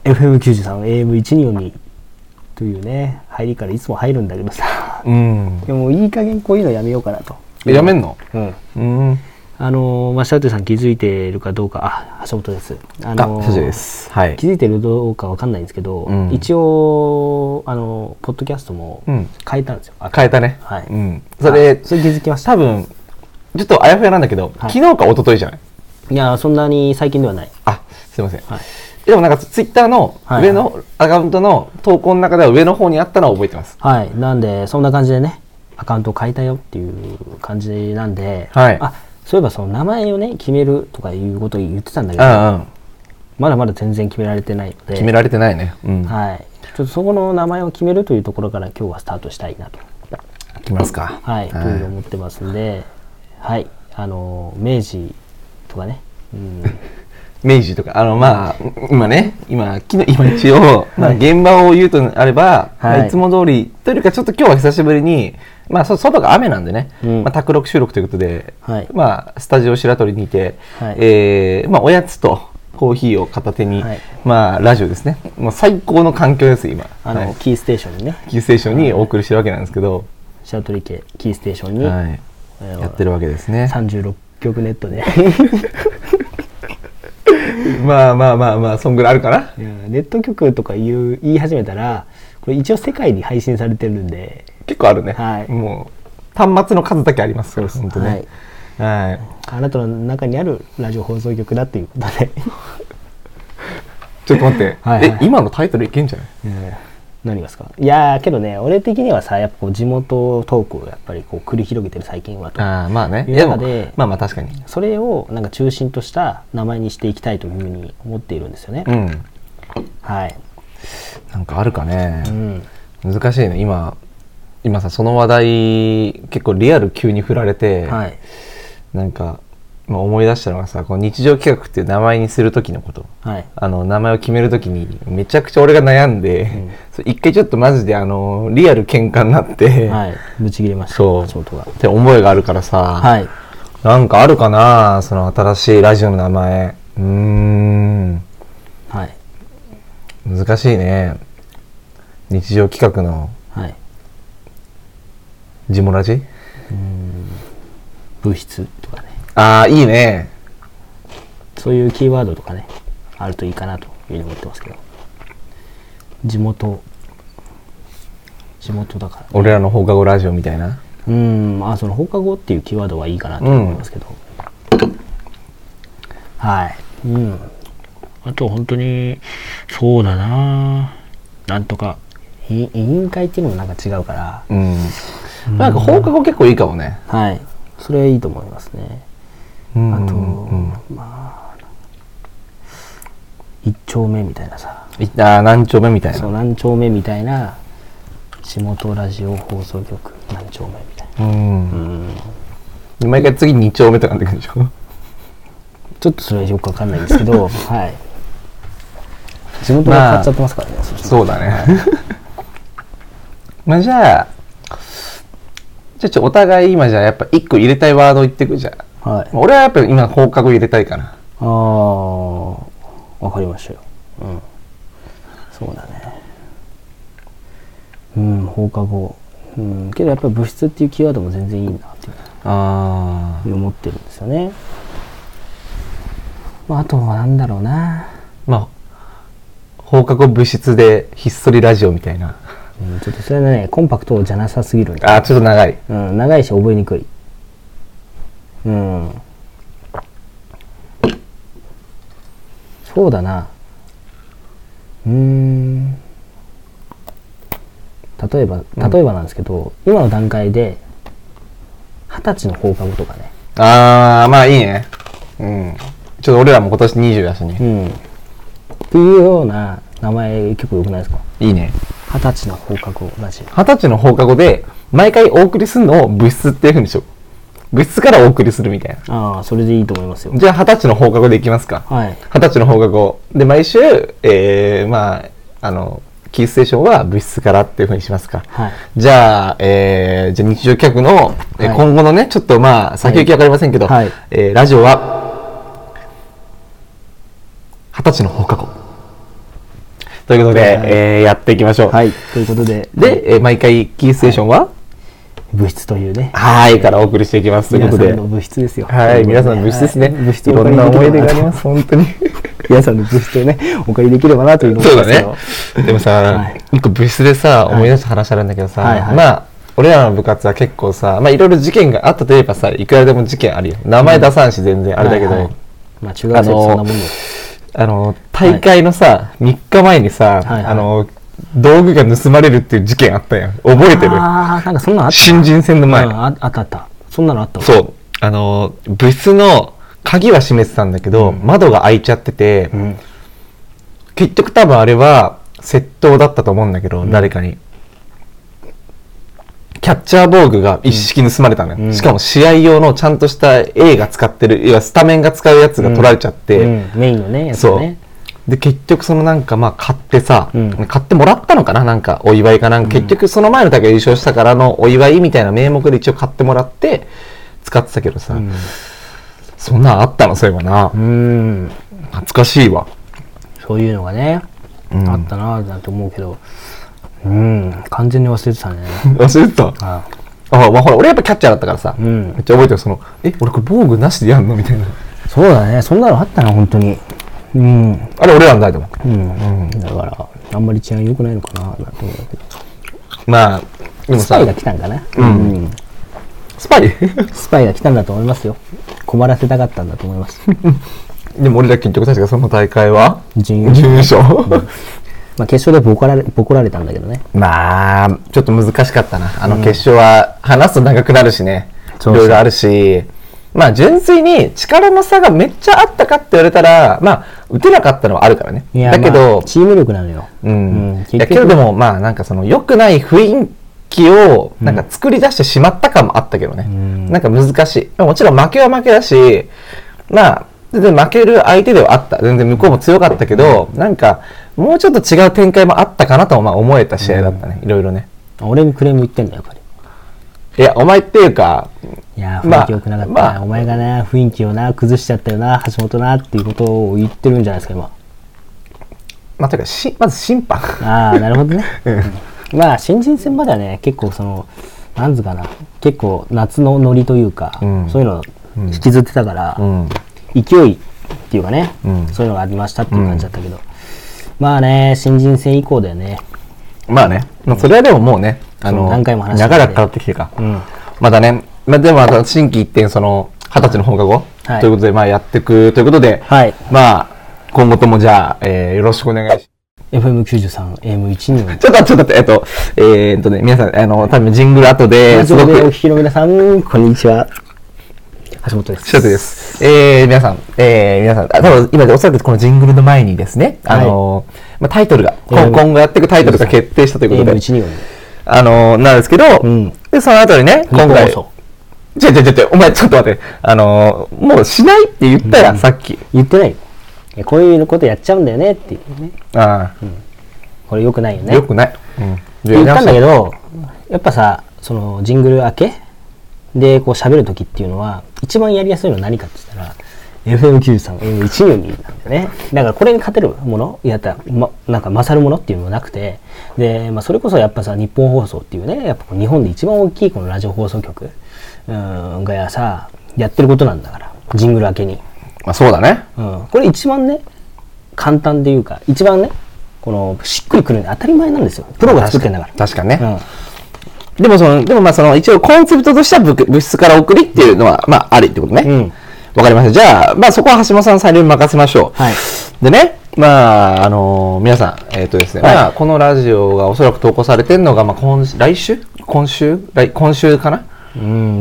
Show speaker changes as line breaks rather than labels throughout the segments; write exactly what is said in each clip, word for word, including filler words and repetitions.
エフエムきゅうじゅうさん エーエムせんにじゅうに というね入りからいつも入るんだけどさ、うん、でもいい加減こういうのやめようかなと。
やめんの？
うん、うんあのまあ、シャウトゥさん気づいてるかどうか、あ、橋本です。
あのー、あ、です、はい、
気づいてるどうかわかんないんですけど、うん、一応あのポッドキャストも変えたんですよ。
うん、変えたね。
はい。
うん、それ
それ気づきました。
多分ちょっとあやふやなんだけど、はい、昨日か一昨日じゃない？
いやそんなに最近ではない。
あ、すいません。はい、でもなんかツイッターの上のアカウントの投稿の中では上の方にあったのは覚えてます。
はい。なんでそんな感じでねアカウントを変えたよっていう感じなんで、
はい、
あ、そういえばその名前をね決めるとかいうことを言ってたんだけど、
うんうん、
まだまだ全然決められてないので。
決められてないね。うん、
はい。ちょっとそこの名前を決めるというところから今日はスタートしたいなと。
いきますか。
はい。というふうに思ってますんで、はい。あの明治とかね。うん、
明治とかあのまあ今ね今昨日今一応、まあ、現場を言うとあれば、はいまあ、いつも通りというかちょっと今日は久しぶりに、まあ、外が雨なんでね、うんまあ、宅録収録ということで、はいまあ、スタジオ白鳥にて、はいえーまあ、おやつとコーヒーを片手に、はいまあ、ラジオですねもう最高の環境です今
あの、はい、キーステーションにね
キーステーションにお送りしてるわけなんですけど
白鳥家キーステーションに、
はいやってるわけですね。
さんじゅうろっきょくネットで
まあまあまあまあそんぐらいあるかな。
ネット局とか言う言い始めたらこれ一応世界に配信されてるんで
結構あるね、はい、もう端末の数だけありますから本当ね、はいはい、
あなたの中にあるラジオ放送局だっていうことで
ちょっと待ってはい、はい、え今のタイトルいけんじゃない、
えー何がですか。いやけどね俺的にはさやっぱこう地元トークをやっぱりこう繰り広げてる最近はと
あまあね
いう中で
まあまあ確かに
それをなんか中心とした名前にしていきたいというふうに思っているんですよね、うん、はい
なんかあるかね、うん、難しいね今今さその話題結構リアル急に振られて、はい、なんかまあ、思い出したのがさこの日常企画っていう名前にする時のこと、はい、あの名前を決める時にめちゃくちゃ俺が悩んで、うん、そ一回ちょっとマジであのリアル喧嘩になって、
はい、ぶち切れました
そうって思いがあるからさ、はい、なんかあるかなその新しいラジオの名前うーん、はい、難しいね日常企画の、はい、ジモラジうーん
物質とかね
ああいいね
そういうキーワードとかねあるといいかなというふうに思ってますけど地元地元だから、ね、
俺らの放課後ラジオみたいな
うんまあその放課後っていうキーワードはいいかなと思いますけど、うん、はいうんあと本当にそうだななんとか委員会っていうのもなんか違うから
うんなんか放課後結構いいかもね
はいそれはいいと思いますねあと、うんまあ一丁目みたいなさ
あ何丁目みたいな
そう何丁目みたいな地元ラジオ放送局何丁目みたいなうん
うん毎回次に丁目とかなってくるでしょ
ちょっとそれはよくわかんないんですけどはい地元が変わっちゃってますからね、まあ、
そうだね、はい、まあじゃあじゃあちょお互い今じゃあやっぱ一個入れたいワード言ってくじゃん、はい、俺はやっぱり今放課後入れたいかな
ああわかりましたようんそうだねうん放課後うんけどやっぱり物質っていうキーワードも全然いいなっていうあ思ってるんですよね、まあ、あとはなんだろうな
まあ放課後物質でひっそりラジオみたいな
うん、ちょっとそれはねコンパクトじゃなさすぎるんで
あちょっと長い、
うん、長いし覚えにくいうんそうだなうーん例えば例えばなんですけど、うん、今の段階で二十歳の放課後とかね
ああまあいいねうんちょっと俺らも今年にじゅうだしね
うんっていうような名前結構良くないですか
いいね
二十歳の放課後ラジオ
二十歳の放課後で毎回お送りするのを物質っていうふうにしよう物質からお送りするみたいな
ああそれでいいと思いますよ
じゃあ二十歳の放課後でいきますかはい二十歳の放課後で毎週えー、まああのキーステーションは物質からっていうふうにしますか、はい、じゃあ、えー、じゃあ日常企画の、はい、今後のねちょっとまあ先行きわかりませんけど、はいえー、ラジオは二十歳の放課後ということで、
はい
えー、やっていきましょう。
はい。ということで、
で、えー、毎回キーステーションは、はい、
物質というね。
はい、からお送りしていきます。ということで。
皆さんの物質ですよ。
はい、皆さんの物質ですね。物質いろんな思い出があります、本当に。
皆さんの物質をね、お借りできればなというのを
思いますけど。そうだね。でもさ、はい、一個物質でさ、思い出した話あるんだけどさ、はいはい、まあ、俺らの部活は結構さ、まあいろいろ事件があったといえばさ、いくらでも事件あるよ。名前出さんし全然あれだけど、
はいはい、まあ中学生ってそんなもんだよ。
あの、大会のさ、はい、みっかまえにさ、はいはい、あの、道具が盗まれるっていう事件あったやん。覚えてる？
ああ、なんかそんなのあった。
新人戦の前。
うん、あったあった。そんなのあったわ。
そう。あの、部室の鍵は閉めてたんだけど、うん、窓が開いちゃってて、うん、結局多分あれは窃盗だったと思うんだけど、うん、誰かに。キャッチャー防具が一式盗まれたのよ、うん、しかも試合用のちゃんとした A が使ってる、いわスタメンが使うやつが取られちゃって、
うんうん、メインのねやつね。
で結局そのなんかまあ買ってさ、うん、買ってもらったのかな、なんかお祝いかなんか、うん、結局その前の大会優勝したからのお祝いみたいな名目で一応買ってもらって使ってたけどさ、うん、そんなんあったのそういえばな、うん、懐かしいわ。
そういうのがね、うん、あったなぁなんて思うけど、うん、完全に忘れてたね。
忘れてた。ああ、まあほら俺やっぱキャッチャーだったからさ、うん、めっちゃ覚えてる。そのえ俺これ防具なしでやんのみたいな。
そうだね、そんなのあったな本当に。うん、
あれ俺らの代でも、
うんうん、だからあんまり治安良くないのかななんて思うけど、
まあ
でもさスパイが来たんかな、
うんうん、スパイ
スパイが来たんだと思いますよ。困らせたかったんだと思います。
でも俺ら結局確かその大会は
準優
勝、うん、ま
あ決勝でボコられボコられたんだけどね。
まあちょっと難しかったなあの決勝は、うん、話すと長くなるしね、いろいろあるし、まあ純粋に力の差がめっちゃあったかって言われたら、まあ打てなかったのはあるからね。だけど、
まあ、チーム力なのよ。
うん。うん、いやけどでもまあなんかその良くない雰囲気をなんか作り出してしまった感もあったけどね。うん、なんか難しい。もちろん負けは負けだし、まあ全然負ける相手ではあった。全然向こうも強かったけど、うん、なんかもうちょっと違う展開もあったかなとまあ思えた試合だったね。いろいろね。
俺にクレーム言ってんだよやっぱり。
いやお前っていうか。
いや雰囲気良くなかったな、まあ、お前がね雰囲気をな崩しちゃったよな橋本なっていうことを言ってるんじゃないですか今。
まあというかしまず審判。
ああなるほどね、うん、まあ新人戦まではね結構そのなんずかな結構夏のノリというか、うん、そういうのを引きずってたから、うん、勢いっていうかね、うん、そういうのがありましたっていう感じだったけど、うん、まあね新人戦以降だよね。
まあね、まあ、それはでももうね、うん、あの
何回も話して
長らく変わってきてか、うん、まだね。まあ、でもまた新規一点その二十歳の放課後、はい、ということでまあやっていくということで、はい、まあ今後ともじゃあ、えー、よろしくお願いします。
エフエムきゅうじゅうさん、エーエムじゅうに
ちょっとちょっと待って、えっと、えー、っとね、皆さん、あの、多分ジングル後で、
ラジオでお聞きの皆さん、こんにちは。橋本です。
橋本です。えー、皆さん、えー、皆さん、多分今おそらくこのジングルの前にですね、あの、はい、まあ、タイトルが、今後やっていくタイトルが決定したということで、エーエムじゅうに あの、なんですけど、うん、で、その後にね、今回、ちょちょちょちょ、お前ちょっと待って、あのー、もうしないって言ったやん、うん、さっき。
言ってない。いやこういうことやっちゃうんだよねっていうね。ああ、うん。これ良くないよね。
良くない。うん。
言ったんだけど、やっぱさ、そのジングル明けでこう喋るときっていうのは、一番やりやすいのは何かって言ったら、エフエムきゅうじゅうさん、エーエムじゅうに なんだよね。だからこれに勝てるもの、やったら、ま、なんか勝るものっていうのもなくて、で、まあそれこそやっぱさ、日本放送っていうね、やっぱ日本で一番大きいこのラジオ放送局。うんがやさやってることなんだからジングル明けに、
まあそうだね、
うん、これ一番ね簡単でいうか一番ねこのしっくりくるの当たり前なんですよプロが作ってんだから
確かにね、うん、でもそのでもまあその一応コンセプトとしては物質から送りっていうのはまあありってことね、うん、わかりました。じゃあまあそこは橋本さん裁量に任せましょう、はい、でねまああのー、皆さんえっ、ー、とですね、はい、まあこのラジオがおそらく投稿されてるのがまあ今来週今週来今週かな。
うん、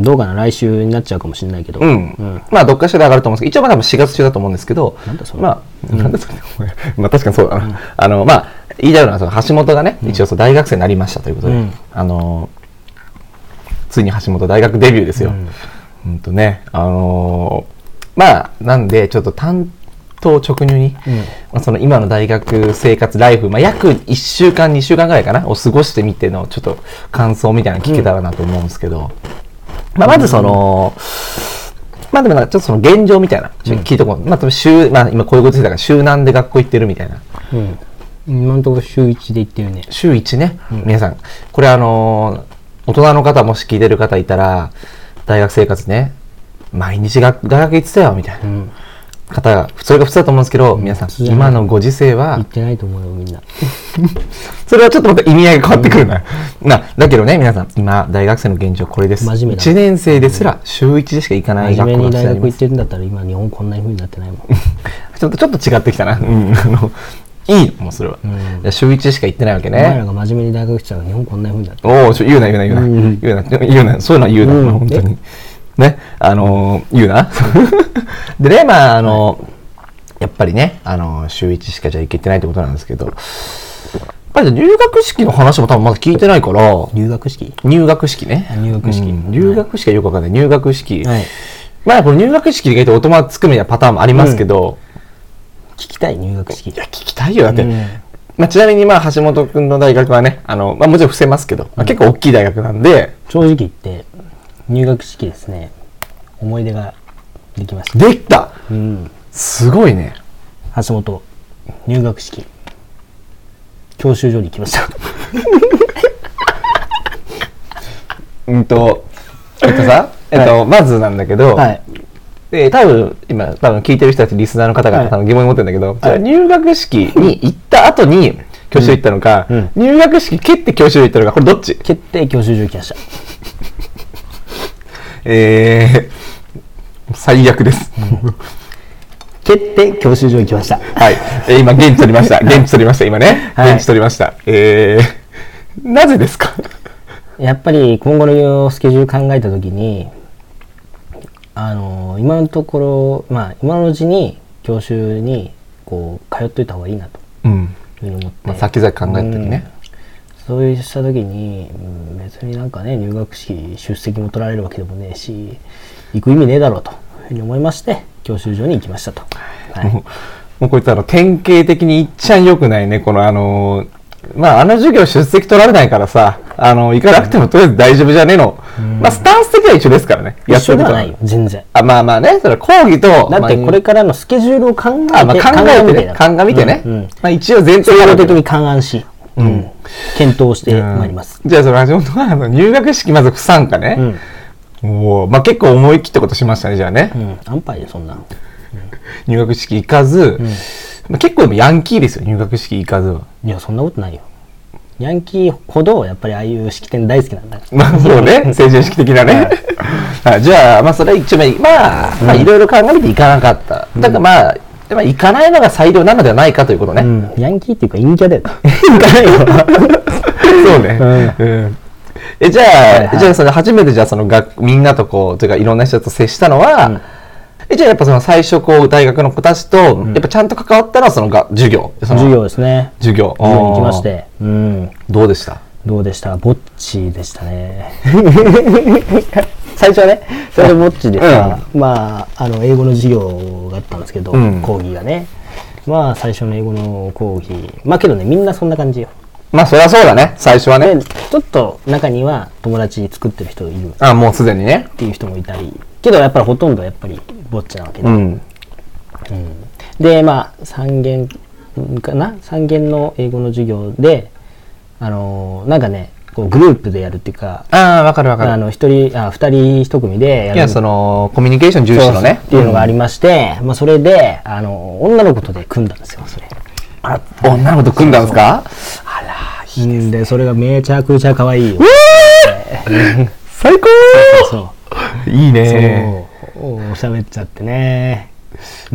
どうかな来週になっちゃうかもしれないけど、
うんうん、まあどっかしらで上がると思うんですけど、一応まあ多分しがつ中だと思うんですけど、なんだそれ、まあ、うん、なんだそれまあ確かにそうだな、うん、あのまあ言いたいのはその橋本がね、うん、一応そう大学生になりましたということで、うん、あのついに橋本大学デビューですよ。うん、うんとねあのまあなんでちょっと担当直入に、うんまあ、その今の大学生活ライフ、まあ、約いっしゅうかんにしゅうかんぐらいかなを過ごしてみてのちょっと感想みたいなの聞けたらなと思うんですけど、うんまあ、まずその、うん、まあでもなんかちょっとその現状みたいな聞いとこう、うんまあ週まあ、今こういうことしてたから週何で学校行ってるみたいな、うん、
今のところ週いちで行ってるね。
週いちね、
うん、
皆さんこれあのー、大人の方もし聞いてる方いたら大学生活ね毎日が大学行ってたよみたいな、うん、方がそれが普通だと思うんですけど、うん、皆さん今のご時世は
行ってないと思うよみんな
それはちょっとまた意味合いが変わってくるな、うん、なだけどね皆さん今大学生の現状これです。真面目だいちねん生ですら週いちでしか行かない学校
が真面目に大学行ってるんだったら今日本こんな風になってないもん
ちょっとちょっと違ってきたな、うん、あのいいもうそれは、うん、週いちしか行ってないわけね。
お前らが真面目に大学来ちゃう日本こんな風になって
おお言うな言うな言うな、うん、言うな言うなそういうのは言うな、うん、本当にねあのー、言うなでねまああのーはいやっぱりね、あのー、週いちしかじゃ行けてないってことなんですけど、やっぱり入学式の話も多分まだ聞いてないから。
入学式
入学式ね。
入学式。うん、
入学式はよくわかんない。入学式。はい、まあこの入学式で意外とオートマつくみたいなパターンもありますけど、うん、
聞きたい入学式。
いや、聞きたいよ。だって、うん、まあちなみにまあ橋本くんの大学はね、あの、まあもちろん伏せますけど、まあ、結構大きい大学なんで。
正直言って、入学式ですね、思い出ができました。
できた、
うん、
すごいね。
橋本入学式教習所に行きました
うんとえっとさ、えっと、はい、まずなんだけど、はい、で多分今多分聞いてる人たちリスナーの方々多分疑問に持ってるんだけど、はい、じゃあ入学式に行った後に教習所行ったのか、うんうん、入学式蹴って教習所行ったのかこれどっち？
蹴って教習所行きました
えー、最悪です、
うん蹴って教習所行きました。
はい。えー、今現地取りました。現地取りました。今ね。はい、現地取りました。えー、なぜですか？
やっぱり今後のスケジュール考えたときに、あのー、今のところまあ今のうちに教習にこう通っといた方がいいなというふうに思って、
まあ、先々考えた時ね、
うん、そういうした時に、うん、別になんかね入学式出席も取られるわけでもねえし行く意味ねえだろうというふうに思いまして教習所に行きましたと、はい、
もう、もうこいつあの典型的にいっちゃん良くないねこのあのー、まああの授業出席取られないからさあのー、行かなくてもとりあえず大丈夫じゃねえの、うん、まあスタンス的には一緒ですからね。
一緒ではないよ全然。
あまあまあねそれは講義と
だってこれからのスケジュールを考えて、あ、まあ、
考えてね鑑みてね、うんうん、まあ一応全
体的に勘案し、うん、検討してまいります、
うん、じゃあその橋本はあの入学式まず不参加ね、うんおまあ、結構思い切ったことしましたねじゃあね、
うん、安牌でそんな、うん、
入学式行かず、うんまあ、結構でもヤンキーですよ入学式行かずは。
いやそんなことないよ。ヤンキーほどやっぱりああいう式典大好きなんだよ。
まあそうね成人式的なねはい、じゃあまあそれは一番まあ、うん、まあいろいろ考えていかなかった、うん、だからまあまあ行かないのが最良なのではないかということね、うん、
ヤンキーっていうか陰キャだよ行かないよ
そうね、うんうんえじゃあ、はいはい、じゃあその初めてじゃあその学みんなとこうというかいろんな人と接したのは、うん、えじゃあやっぱその最初こう大学の子たちと、うん、やっぱちゃんと関わったのはそのが授業
その授業ですね。
授業
授業に行きまして、うん、
どうでした
どうでしたぼっちでしたね最初はね最初ぼっちでさ、うん、まああの英語の授業があったんですけど、うん、講義がねまあ最初の英語の講義まあけどねみんなそんな感じよ。
まあそりゃそうだね最初はね。
ちょっと中には友達作ってる人いる
あもうすでにね
っていう人もいたりけどやっぱりほとんどやっぱりぼっちなわけで、うんうん、でまあさん限かなさん限の英語の授業であのー、なんかねこうグループでやるっていうか
ああわかるわかる
あの一人あ二人一組でやる
いやそのコミュニケーション重視のね
っていうのがありまして、うんまあ、それであの女の子とで組んだんですよそれ。
あ女の子と組んだんですか。そうそうあら
いいですね、でそれがめちゃくちゃ可愛いよ。
最高
そうそう
そういいね
そう喋っちゃってね、うん、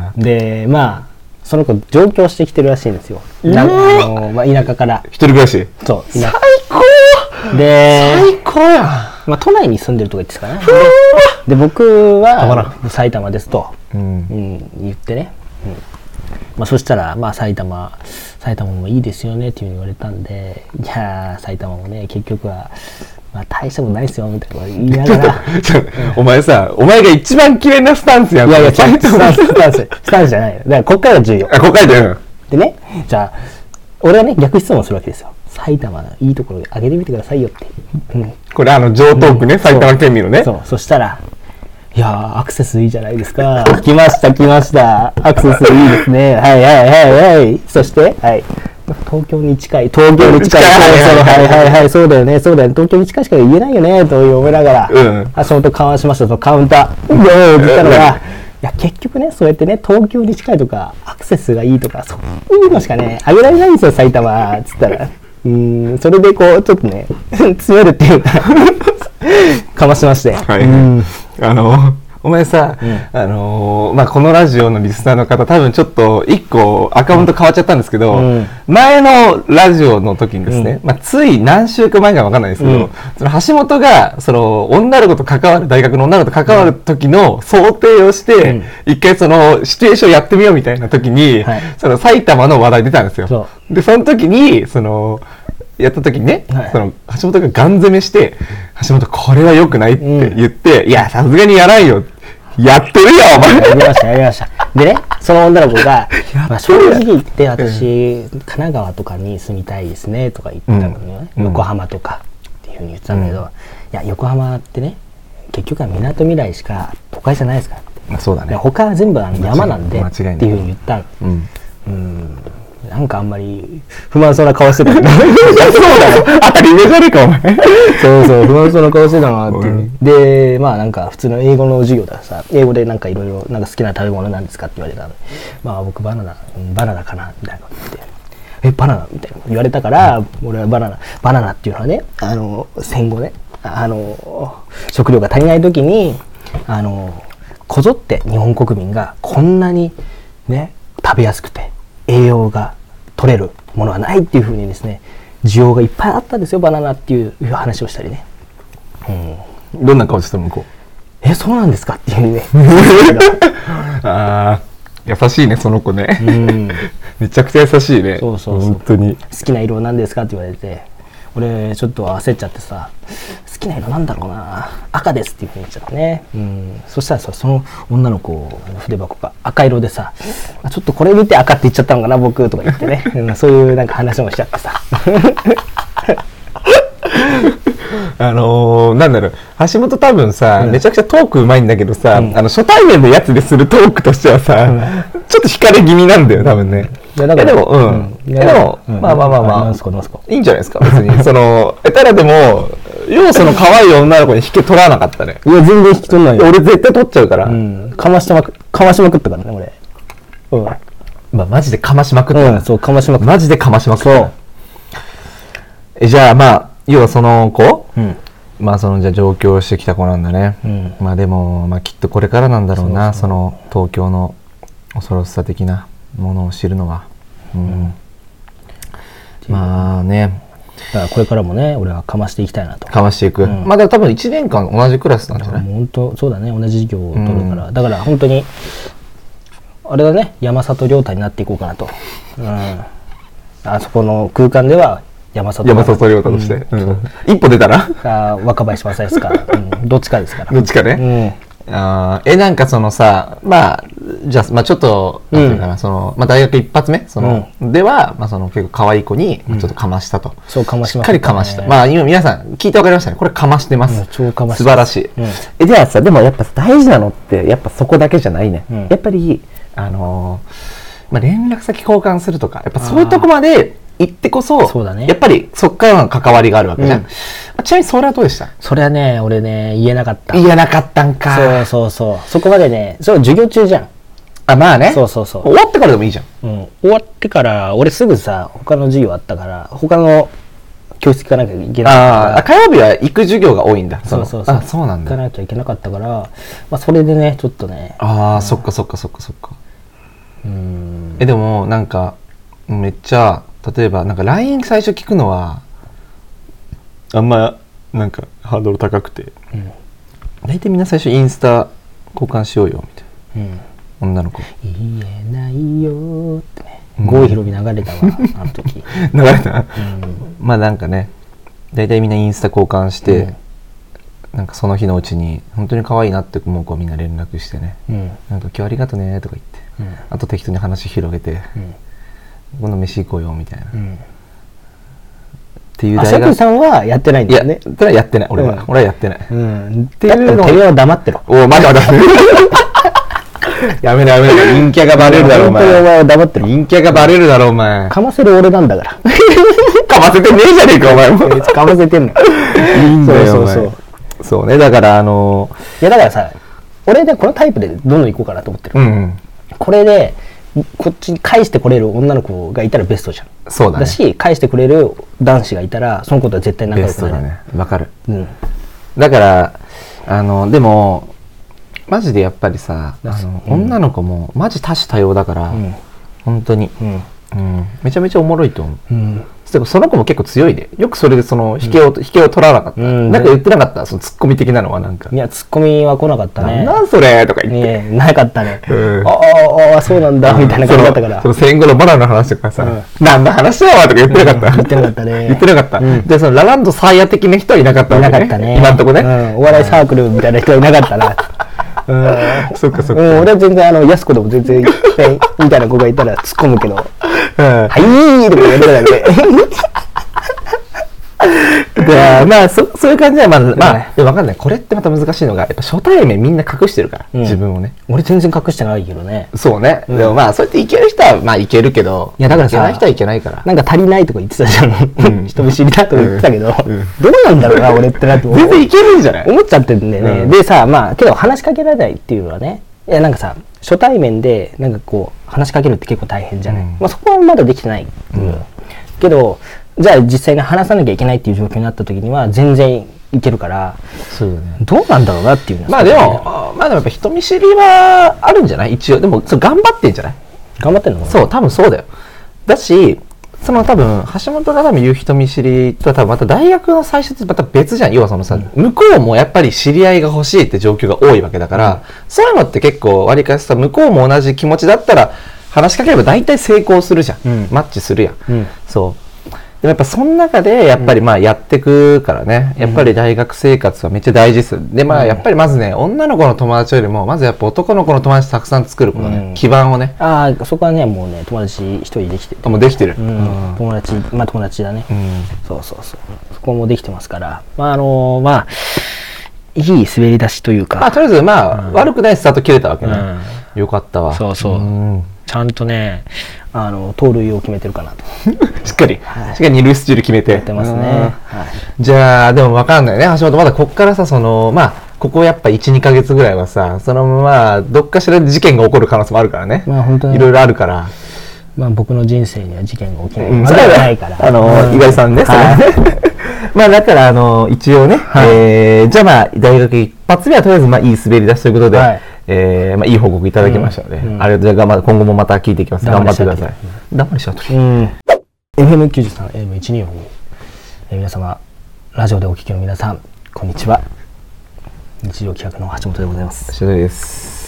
でまあその子上京してきてるらしいんですよ、なあの、まあ、田舎から
一人暮らし
そう
最高
で
最高やん、
まあ、都内に住んでるとか言ってたかなで僕は埼玉ですと、うんうん、言ってね、うんまあ、そしたら、まあ、埼玉埼玉もいいですよねっていうふうに言われたんでいや埼玉もね結局は、まあ、大したことないですよみたいなこと言いながら
お前さお前が一番嫌いなスタンスやん。
いやいやスタンススタンススタンスじゃないよだからこっからが重要。
あこっからだよ
でねじゃあ俺はね逆質問するわけですよ。埼玉のいいところで上げてみてくださいよって、
うん、これあの城東区ね、うん、埼玉県民のね
そう、そう、そしたらいやーアクセスいいじゃないですか来ました来ましたアクセスいいですねはいはいはいはいそしてはい東京に近い東京に近いはいはいはいそうだよねそうだよね東京に近いしか言えないよねと思いながら、うん、橋本かわしましたとカウンターで言ったのが、いや結局ねそうやってね東京に近いとかアクセスがいいとかそういうのしかねあげられないんですよ埼玉っつったら、うーんそれでこうちょっとね詰めるっていうかかましまして、はい、うん
あのお前さ、うん、あのー、まあこのラジオのリスナーの方多分ちょっと一個アカウント変わっちゃったんですけど、うん、前のラジオの時にですね、うん、まあつい何週間前かわかんないですけど、うん、その橋本がその女の子と関わる大学の女の子と関わる時の想定をして、うん、一回そのシチュエーションやってみようみたいな時に、はい、その埼玉の話題出たんですよ。でその時にそのやった時にね、はい、その橋本がガン攻めして橋本これは良くないって言って、うん、いやさすがにやらんよやってるよお前
やりましたやりましたでねその女の子が、まあ、正直言って私、うん、神奈川とかに住みたいですねとか言ったのね、うん、横浜とかっていうふうに言ってたんだけど、うん、いや横浜ってね結局はみなとみらいしか都会じゃないですからって、
まあ、そうだね
他は全部あの山なんでっていうふうに言ったの、うんうんなんかあんまり不満そうな顔してたそうだよ当たり前じゃねえかお前そうそう不満そうな顔してたなっていうでまあなんか普通の英語の授業だからさ英語でなんかいろいろなんか好きな食べ物なんですかって言われたのまあ僕バナナバナナかなみたいなこと言ってえバナナみたいな言われたから、うん、俺はバナナバナナっていうのはねあの戦後ねあの食料が足りない時にあのこぞって日本国民がこんなにね食べやすくて栄養が取れるものはないっていう風にですね需要がいっぱいあったんですよバナナっていう話をしたりね、
うん、どんな顔してた向こう
えそうなんですかっていうね
あー優しいねその子ね、うん、めちゃくちゃ優しいね
そうそうそう本当に好きな色なんですかって言われて俺ちょっと焦っちゃってさ好きな色なんだろうな赤ですっていうふうに言っちゃってね、うん、そしたらさその女の子筆箱が赤色でさちょっとこれ見て赤って言っちゃったのかな僕とか言ってね、うん、そういうなんか話もしちゃってさ
あのー、なんだろう橋本多分さ、うん、めちゃくちゃトークうまいんだけどさ、うん、あの初対面のやつでするトークとしてはさ、うん、ちょっと惹かれ気味なんだよ多分ねいやだからえでもうん、うん、えでも、うん、まあまあまあまあ、
なんすかなんすか
いいんじゃないですか別にそのえたらでも要素の可愛い女の子に引き取らなかったね
いや全然引き取んないよ
俺絶対取っちゃうから、うん、
かましてまくかましまくったからね俺
うんまあマジでかましまくった、
うん、そうかましまくった
マジでかましまくったそうえじゃあまあ要はその子、うん、まあそのじゃあ上京してきた子なんだね、うん、まあでもまあきっとこれからなんだろうなその東京の恐ろしさ的なものを知るのは、うんうん、まあね
だからこれからもね俺はかましていきたいなと
かましていく、うん、まあでも多分いちねんかん同じクラスなんじゃない
本当そうだね同じ授業を取るから、うん、だから本当にあれだね山里亮太になっていこうかなと、うん、あそこの空間では山里
山里亮太として、うんうん、一歩出たら
あ若林正義か、うん、どっちかですから
どっちかね、うん、あえなんかそのさまあじゃあ、まあ、ちょっとなんていうかな、うん、そのまあ、大学一発目その、うん、では、まあ、その結構可愛い子にちょっとかましたと、うん、
そうかましま
した、ね、しっかりかましたまあ今皆さん聞いて分かりましたねこれかましてます、
うん、超かましてます
素晴らしい、うん、えじゃあさでもやっぱ大事なのってやっぱそこだけじゃないね、うん、やっぱりあのー、まあ、連絡先交換するとかやっぱそういうとこまで行ってこそ、そうだね、やっぱりそっからの関わりがあるわけじゃん、うん、ちなみにそれはどうでした？
それはね俺ね言えなかった
言えなかったんか
そうそうそうそこまでねそう授業中じゃん
あまあね
そうそうそう
終わってからでもいいじゃん、
うん、終わってから俺すぐさ他の授業あったから他の教室行かなきゃいけない
ああ火曜日は行く授業が多いんだ
そうそうそう
あそうなんだ
行かなきゃいけなかったから、まあ、それでねちょっとね
ああ、うん、そっかそっかそっかそっかうんえでもなんかめっちゃ例えばなんか ライン 最初聞くのはあんまなんかハードル高くて、うん、大体みんな最初インスタ交換しようよみたいな、うん、女の子
言えないよってね郷ひろみ流れたわあの時
流れた、うん、まあなんかね大体みんなインスタ交換して、うん、なんかその日のうちに本当に可愛いなって思う子はみんな連絡してね、うん、なんか今日ありがとねとか言って、うん、あと適当に話広げて、うん今度飯行こうよみたいな、うん、っていう大学。
あさくさんはやってないんだよね。
いや、それはやってない。俺は、うん、俺はやってない。
うん、っていうのを黙ってろ。
お、待って待って。 やめろやめろ、陰キャがバレるだろお前。
本当にお前は黙ってる。
陰キャがバレるだろお前。
かませる俺なんだから。
かませてねえじゃねえかお前も。
かませてんの。
いいんだよ
そうそうそう。
そうね、だからあの
ー、いやだからさ、俺でこのタイプでどんどん行こうかなと思ってる。
うん、
これでこっちに返してくれる女の子がいたらベストじゃん。
そうだね。
だし返してくれる男子がいたらその子とは絶対仲良くなる。
ベストだね。わかる。
うん。
だからあのでもマジでやっぱりさ、あの、うん、女の子もマジ多種多様だから、うん、本当に、うんうん、めちゃめちゃおもろいと思う。うん、その子も結構強いで、よくそれでその引けを、うん、引けを取らなかった。うん、なんか言ってなかった、そのツッコミ的なのはなんか。
いやツッコミは来なかったね。
なんそれとか言って。
なかったね。
うん、
ああそうなんだみたいな感じだったから。
その戦後のバナナの話とかさ、うん、何の話だわとか言ってなかった。
言ってなかったね。
言ってなかった。うん、でそのラランドサーヤ的な人はいなかったわけね。いなかったね。今んとこね、
うん。お笑いサークルみたいな人はいなかったな。うん、
そっかそっか、
うん、俺は全然あのやす子でも全然みたいな子がいたら突っ込むけど、うん、はいーとか言われただけ
でまあ そ, そういう感じはまあ、まあ、でも分かんない。これってまた難しいのがやっぱ初対面みんな隠してるから、うん、自分をね。
俺全然隠してないけどね。
そうね、うん、でもまあそうやっていける人はまあいけるけど、
いやだからさ、
いけない人はいけないから、
なんか足りないとか言ってたじゃん、うん、人見知りだとか言ってたけど、うんうん、どうなんだろうな俺ってなって
全然いけるんじゃない、
思っちゃってるんだよね、うん、でさまあけど話しかけられないっていうのはね、いやなんかさ初対面でなんかこう話しかけるって結構大変じゃない、うん、まあ、そこはまだできてない、うん、けどじゃあ実際に話さなきゃいけないっていう状況になった時には全然いけるから、
そうだね、
どうなんだろうなっていうのは、
まあでもまあでもやっぱ人見知りはあるんじゃない一応。でもそれ頑張ってんじゃない、
頑張ってんのかな。
そう多分そうだよ。だしその多分橋本が多分言う人見知りとは多分また大学の最初ってまた別じゃん。要はそのさ、うん、向こうもやっぱり知り合いが欲しいって状況が多いわけだから、うん、そういうのって結構わりかしさ向こうも同じ気持ちだったら話しかければ大体成功するじゃん、うん、マッチするやん、うん、そうでもやっぱその中でやっぱりまあやってくからね、うん、やっぱり大学生活はめっちゃ大事です。でまあやっぱりまずね、女の子の友達よりもまずやっぱ男の子の友達たくさん作ることね、うん、基盤をね。
ああそこはねもうね友達一人できてる。
もうできてる、
うんうん、友達まあ友達だね、うん、そうそうそうそこもできてますから、まああのー、まあいい滑り出しというか、
まあとりあえずまあ、うん、悪くないスタート切れたわけね、うん、よかったわ。
そうそう、うん、ちゃんとねあの盗塁を決めてるかなと
しっかり、はい、しっかり二塁スチール決めて
やってますね、
はい、じゃあでも分かんないね橋本まだこっからさそのまあここやっぱ いちにかげつぐらいはさそのまあどっかしらで事件が起こる可能性もあるからね、まあ本当にいろいろあるから、
まあ僕の人生には事件が起きない、うん、それはないから
あの猪狩さんねそれはね、はい、まあだからあの一応ね、はい、えー、じゃあまあ大学一発目はとりあえずまあいい滑り出しということで、はい、えーまあ、いい報告いただきましたので、うんうん、ありがとうございます。今後もまた聞いていきます。頑張ってください。黙りしゃとり、うん、エ
フエムきゅうじゅうさん エーエムいちにーよん えー、皆様ラジオでお聞きの皆さんこんにちは。日常企画の橋本でございます。
橋本です。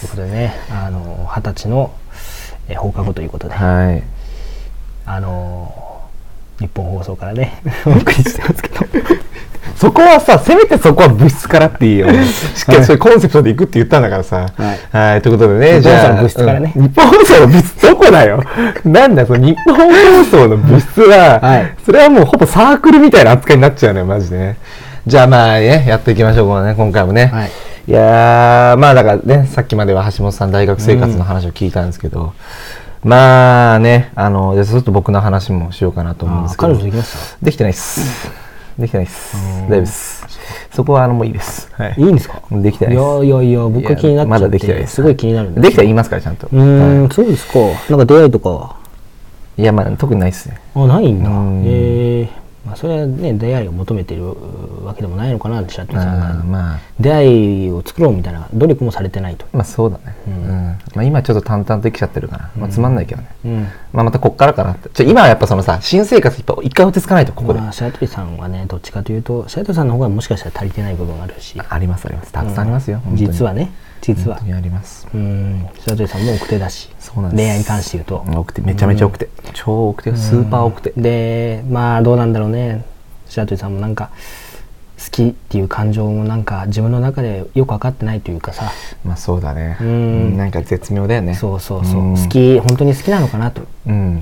ということでねあの二十歳の、えー、放課後ということで、
はい、
あのー、日本放送からねお送りしてますけど
そこはさせめてそこは部室からっていいよしっかりそういうコンセプトでいくって言ったんだからさ、はい、はい、ということでね、
じゃあ日本放送の部室からね、
うん、日本放送の部室どこだよなんだその日本放送の部室は、はい、それはもうほぼサークルみたいな扱いになっちゃうのよマジでね。じゃあまあねやっていきましょうこのね今回もね、はい、いやまあだからねさっきまでは橋本さん大学生活の話を聞いたんですけど、うん、まあねあのじゃあちょっと僕の話もしようかなと思うんですけど、
彼女できました？
できてないっすできてないです。大丈夫です。そこはあのもういいです。
はい。いいんですか？
できてないです。
いやいやいや僕は気になっちゃって。
まだできてないです。
すごい気になるん
で。できたら言いますからちゃんと。
うーん、そうですか。なんか出会いとか。
いやまあ特にないですね。
あ、ないんだ。ええ。まあそれはね出会いを求めているわけでもないのかなってシャットさんが、まあ、出会いを作ろうみたいな努力もされてないと。
まあそうだね、うんうん、まあ、今ちょっと淡々と生きちゃってるから、まあ、つまんないけどね、うん、まあ、またこっからかなって。ちょ今はやっぱそのさ新生活いっぱい一回落ち着かないとここで、
まあ、シャトリさんはねどっちかというとシャトリさんの方がもしかしたら足りてない部分があるし。
ありますありますたくさんありますよ、
うん、実はね実は
本当にあります。
うん、シャトリさんも奥手だし。そうなんです。恋愛に関して言うと
奥手めちゃめちゃ奥手、うん、超奥手スーパー奥手、
うん、でまあどうなんだろうね白鳥さんもなんか好きっていう感情もなんか自分の中でよく分かってないというかさ。
まあそうだね、うん、なんか絶妙だよね。
そうそうそう、うん、好き本当に好きなのかなと、うん、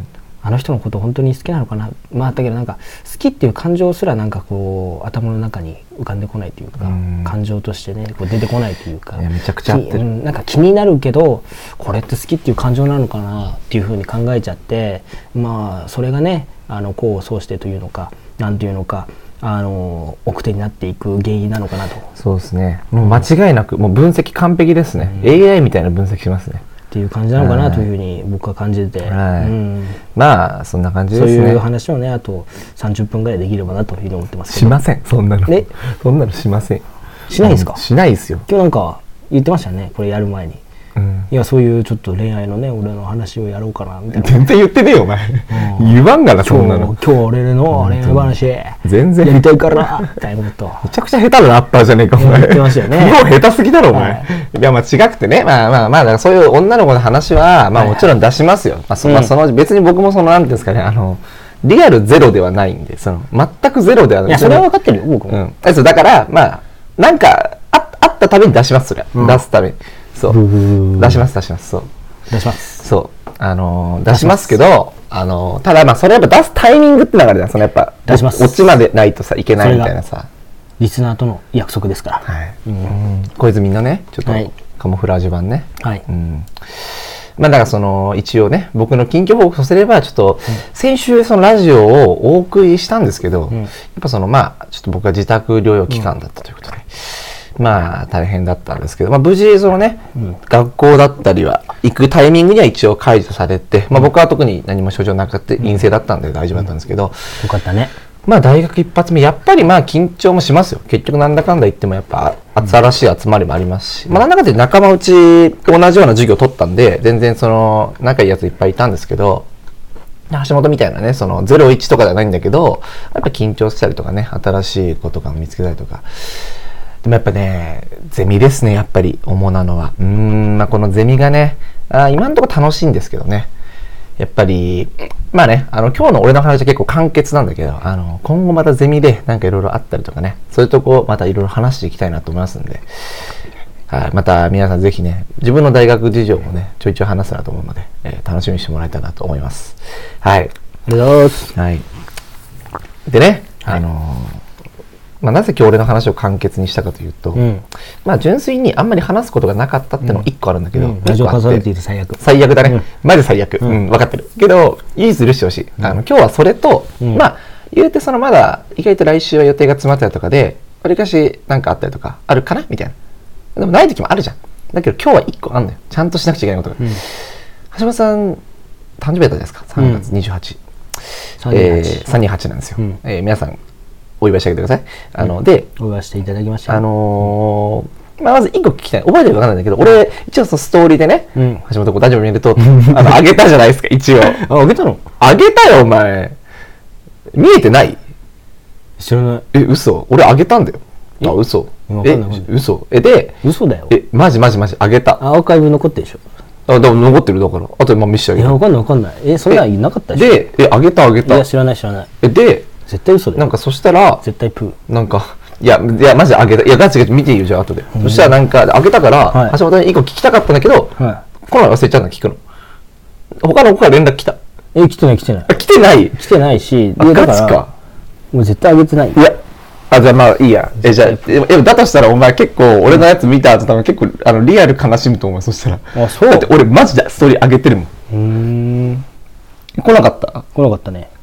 あの人のこと本当に好きなのかな、まあだけどなんか好きっていう感情すらなんかこう頭の中に浮かんでこないというか、うん、感情としてねこう出てこないというか、
いやめちゃくちゃ合ってる、
うん、なんか気になるけどこれって好きっていう感情なのかなっていうふうに考えちゃって、まあそれがねあの功を奏してというのかなんていうのかあの奥手になっていく原因なのかなと。
そうですね、もう間違いなくもう分析完璧ですね、うん、エーアイ みたいな分析しますね
っていう感じなのかなというふうに僕は感じてて、
はいうん、まあそんな感じですね。
そういう話をねあとさんじゅっぷんぐらいできればなというふうに思ってますけど。
しませんそんなの、ね、そんなのしません。
しないですか？
しないですよ。
今日なんか言ってましたねこれやる前に、うん、いやそういうちょっと恋愛のね俺の話をやろうかなみたいな。
全然言ってねえよお前、うん、言わんがなそんなの。
今日俺の恋愛話、うん、全然やりたいからみたいなこと。
めちゃくちゃ下手なラッパーじゃねえかお前。
言ってましたよね。
もう下手すぎだろお前、はい、いやまあ違くてねまあまあまあだからそういう女の子の話はまあもちろん出しますよ、はいはいまあそまあ、その別に僕もそのなんていうんですかねあのリアルゼロではないんでその全くゼロではない。
いやそれは分かってるよ僕も、
うん、だからまあなんか あ, あったために出しますそれは、うん、出すためにそう出します出しますそう
出します
そうあのー、出しますけどあのー、ただまあそれやっぱ出すタイミングってのがあるじゃんそのやっぱ
出します
オチまでないとさいけないみたいなさ
リスナーとの約束ですから、
はいうんうん、こいつみんなねちょっとカモフラージュ版ね、
はい
うんまあだからその一応ね僕の近況報告とすればちょっと先週そのラジオをお送りしたんですけど、うん、やっぱそのまあちょっと僕は自宅療養期間だったということで、うん、まあ大変だったんですけど、まあ、無事そのね、うん、学校だったりは行くタイミングには一応解除されて、まあ、僕は特に何も症状なくて陰性だったんで大丈夫だったんですけど、
よかったね。
まあ大学一発目やっぱりまあ緊張もしますよ。結局なんだかんだ言ってもやっぱ新しい集まりもありますし、まあなんだかんだ仲間内同じような授業を取ったんで全然その仲いいやついっぱいいたんですけど、橋本みたいなねそのゼロイチとかではないんだけどやっぱ緊張したりとかね新しい子とか見つけたりとか。でもやっぱねゼミですねやっぱり主なのはうーんまあこのゼミがねあ今のところ楽しいんですけどね。やっぱりまあねあの今日の俺の話は結構簡潔なんだけどあの今後またゼミでなんかいろいろあったりとかねそういうとこまたいろいろ話していきたいなと思いますんで、はい、また皆さんぜひね自分の大学事情もねちょいちょい話すなと思うので、えー、楽しみにしてもらえたらなと思います。はい。
ありがとうございます。
はい。でね、はい、あのーまあ、なぜ今日俺の話を簡潔にしたかというと、うん、まあ純粋にあんまり話すことがなかったってのも一個あるんだけど、うんうん、
ラジオパーソナリティで最悪
最悪だね、うん、マジ最悪、うんうん、分かってるけどいい許してほしい、うん、あの今日はそれと、うん、まあ言うてそのまだ意外と来週は予定が詰まったりとかでわりかしなんかあったりとかあるかなみたいなでもない時もあるじゃん。だけど今日は一個あんのよちゃんとしなくちゃいけないことが、うん、橋本さん誕生日だったじゃないですかさんがつにじゅうはち、うんえー、さんにーはちなんですよ、うんえー、皆さんお祝いしてあげてください。あの、うん、で、
お祝いしていただきました。
あのー、まあ、まず一個聞きたい。覚えてるかわかんないんだけど、俺、一応そのストーリーでね、うん、橋本こう大丈夫見ると、あの、あげたじゃないですか、一応。
あ、あげたの？
あげたよ、お前。見えてない？
知らない。
え、嘘？俺あげたんだよ。あ、嘘。え、嘘。え、で、
嘘だよ。
え、マジマジマジ、あげた。
アーカイブ残ってるでしょ。
あ、でも残ってるだから。あとでまあ見せてあげる。
いや、わかんないわかんない。え、そんなんなかったでしょ。
で、え、あげたあげた。
いや、知らない知らない。
え、で、
絶対嘘だよ。
なんかそしたら
絶対プー
なんかいやいやマジであげたいやガチガチ見ていいよじゃあ後で、うん、そしたらなんかあげたから、はい、橋本に一個聞きたかったんだけど、はい、この前忘れちゃったの聞くの他の子から連絡来た
え来てない来てない
来てない
来てないし
あガチか
もう絶対あげてない
いやあじゃあまあいいやえじゃあえだとしたらお前結構俺のやつ見た後多分結構あのリアル悲しむと思うそしたら
あそう
だって俺マジでストーリー上げてるもんう
ーん
来なかった
来なかったね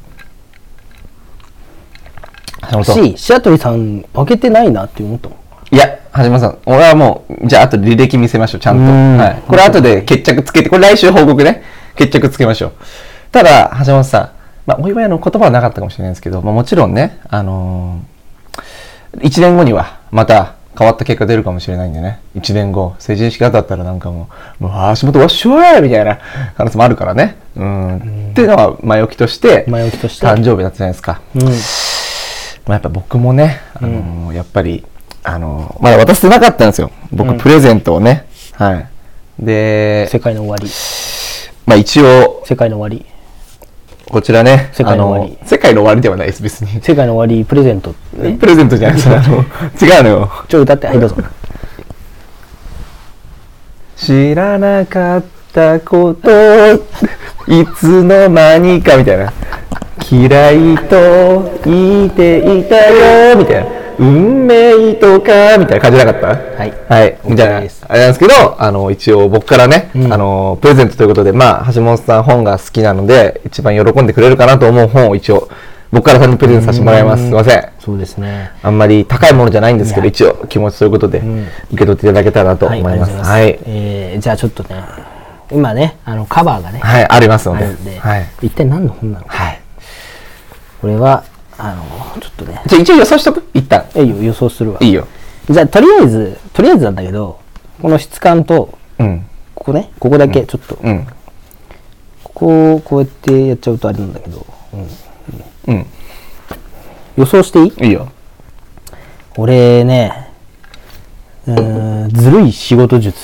し、白鳥さん開けてないなって思ったもん。
いや、橋本さん、俺はもう、じゃあ後で履歴見せましょう、ちゃんと。はい。これ後で決着つけて、これ来週報告ね、決着つけましょう。ただ、橋本さん、まあ、お祝いの言葉はなかったかもしれないですけど、まあ、もちろんね、あのー、いちねんごには、また変わった結果出るかもしれないんでね、いちねんご、成人式だったらなんかもう、もう橋本わっしょーみたいな可能性もあるからね。うん。うんっていうのは前置きとして、
前置きとして、
誕生日だったじゃないですか。
うん。
まあ、やっぱ僕もね、あのーうん、やっぱり、あのー、まだ渡してなかったんですよ。僕、うん、プレゼントをね。はい。で、
世界の終わり。
まあ一応、
世界の終わり。
こちらね、
世界の終わり。
世界の終わりではないです、別に。
世界の終わり、プレゼント、ね。
プレゼントじゃないです。あの、違うのよ。
ちょ、歌って、はい、どうぞ。
知らなかったこといつの間にかみたいな、嫌いと言っていたよみたいな、運命とかみたいな感じなかった？
はい、
はい、みたいなあれなんですけど、あの一応僕からね、うん、あのプレゼントということで、まあ橋本さん本が好きなので一番喜んでくれるかなと思う本を一応僕からさんにプレゼントさせてもらいます。すいません。
そうですね。
あんまり高いものじゃないんですけど、一応気持ちということで、うん、受け取っていただけたらと思います。はい。
はい、えー、じゃあちょっとね、今ね、あのカバーがね、
はい、ありますので、
で
はい、
一体何の本なのか。はい。これはあのちょっとね。
じゃあ一応予想しとく？一旦。
いいよ、予想するわ。
いいよ。
じゃあとりあえずとりあえずなんだけど、この質感と、うん、ここね、ここだけちょっと、うん、ここをこうやってやっちゃうとあれなんだけど、うん。うん、予想していい？
いいよ。
俺ね、うーん、ずるい仕事術。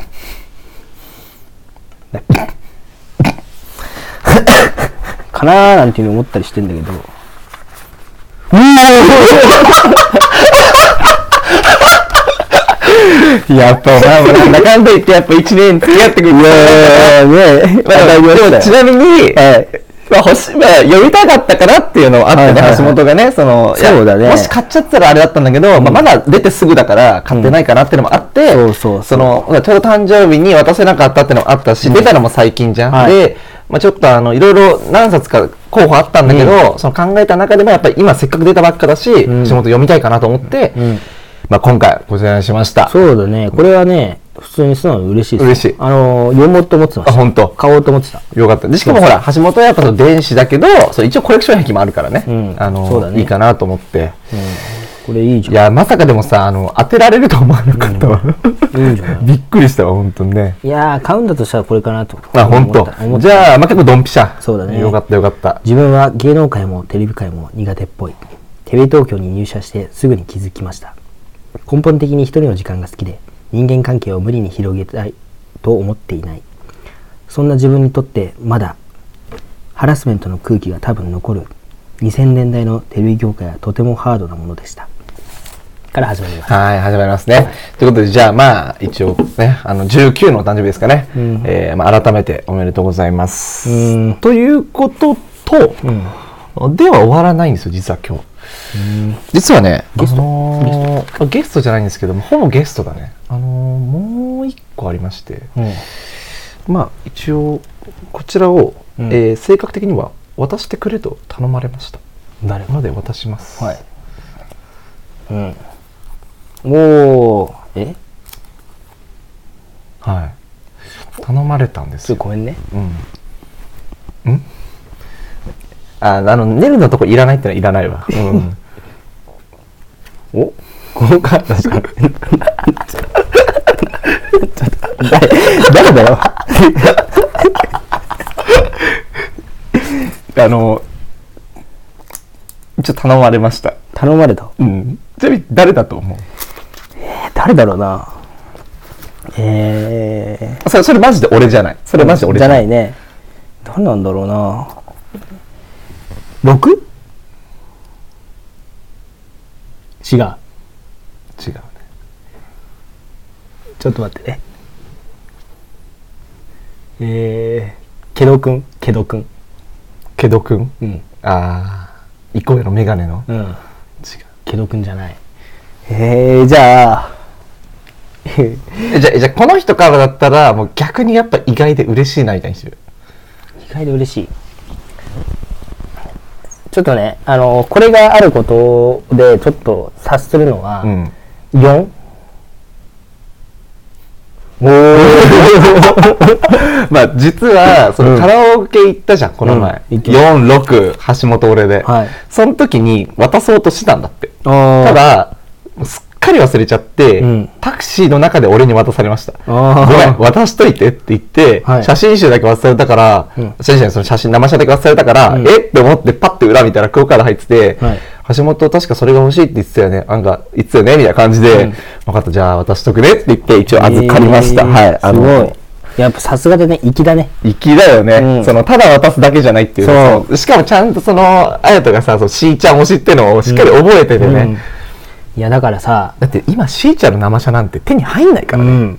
かなーなんていうの思ったりしてんだけど。
やっぱお前もなんだかんだ言ってやっぱいちねん付き合ってくれて、いやいやね、まあ、ちなみに、はいまあ欲しまあ、読みたかったからっていうのはあったね、はいはいはい、橋本がね、そのそうだね、もし買っちゃったらあれだったんだけど、うんまあ、まだ出てすぐだから買ってないかなっていうのもあって、うん、そうそうそう、そのちょうど誕生日に渡せなかったっていうのもあったし、うん、出たのも最近じゃん、はい、で、まあ、ちょっとあのいろいろ何冊か候補あったんだけど、うん、その考えた中でもやっぱり今せっかく出たばっかだし、うん、橋本読みたいかなと思って、うんまあ、今回こちらにしました。
そうだね、これはね普通に素直に嬉しいです。
嬉しい。
あの読もうと思ってました。
あ、本当。
買おうと思ってた。
よかった。でしかもほら橋本はやっぱその電子だけど、それ一応コレクション壁もあるからね。うん、あのそうだね、いいかなと思って。うん、
これいいじゃん。
いやまさかでもさあの当てられると思わなかったわ。うん、いいじゃん。びっくりしたわ本当にね。
いやー買うんだとしたらこれかなと。
あ本当。じゃあまあ結構ドンピシャ。
そうだね。
よかったよかった。
自分は芸能界もテレビ界も苦手っぽい。テレビ東京に入社してすぐに気づきました。根本的に一人の時間が好きで人間関係を無理に広げたいと思っていない。そんな自分にとってまだハラスメントの空気が多分残るにせんねんだいのテレビ業界はとてもハードなものでしたから始まります。
はい始まりますね、はい、ということでじゃあまあ一応ねあのじゅうきゅうのお誕生日ですかね、うんえーまあ、改めておめでとうございますうんということと、うん、では終わらないんですよ実は今日。うん実はねゲスト、あのー、ゲストじゃないんですけどもほぼゲストだね、あのー、もう一個ありまして、うん、まあ一応こちらを、うんえー、正確的には渡してくれと頼まれました。
誰
まで渡します。はい
うんおーえ
はい頼まれたんですよ。
ごめんね
うんんあ, あのネルのとこいらないってのはいらないわ、うん、おこのカードしか誰だよあのちょっと頼まれました。
頼まれた
うんちなみに誰だと思う？
えー、誰だろうなえ
ーそれ、それマジで俺じゃない。それマジで俺
じゃない、じゃないね。誰なんだろうな。ろく？ 違う。違うね。ちょっと待ってね。えー、ケドくんケドくん
ケドくんうんああイコールのメガネのうん違う
ケドくんじゃない。えー、じゃあ
えじゃあじゃあこの人からだったらもう逆にやっぱ意外で嬉しいなみたいにしてる。
意外で嬉しい。ちょっとね、あのこれがあることでちょっと察するのは、うん、よん? お
まあ実はそのカラオケ行ったじゃん、うん、この前、うん、よん、ろく橋本俺で、はい、その時に渡そうとしてたんだって。ただすっかり忘れちゃって、うん、タクシーの中で俺に渡されました。ごめん渡しといてって言って、はい、写真集だけ忘れたから、うん、写真集その写真生写だけ忘れたから、うん、えって思ってパッて裏見たらクオカード入ってて、はい、橋本確かそれが欲しいって言ってたよね、なんか言ってたよねみたいな感じで、うん、分かったじゃあ渡しとくねって言って一応預かりました。えー、はいあの
すごい。やっぱさすがでね、粋だね。
粋だよね、うん、そのただ渡すだけじゃないっていう。そうしかもちゃんとそのあやとがさ、そしーちゃん推しってのをしっかり覚えててね、うんうん、
いやだからさ、
だって今しーちゃんの生写なんて手に入んないからね、うん、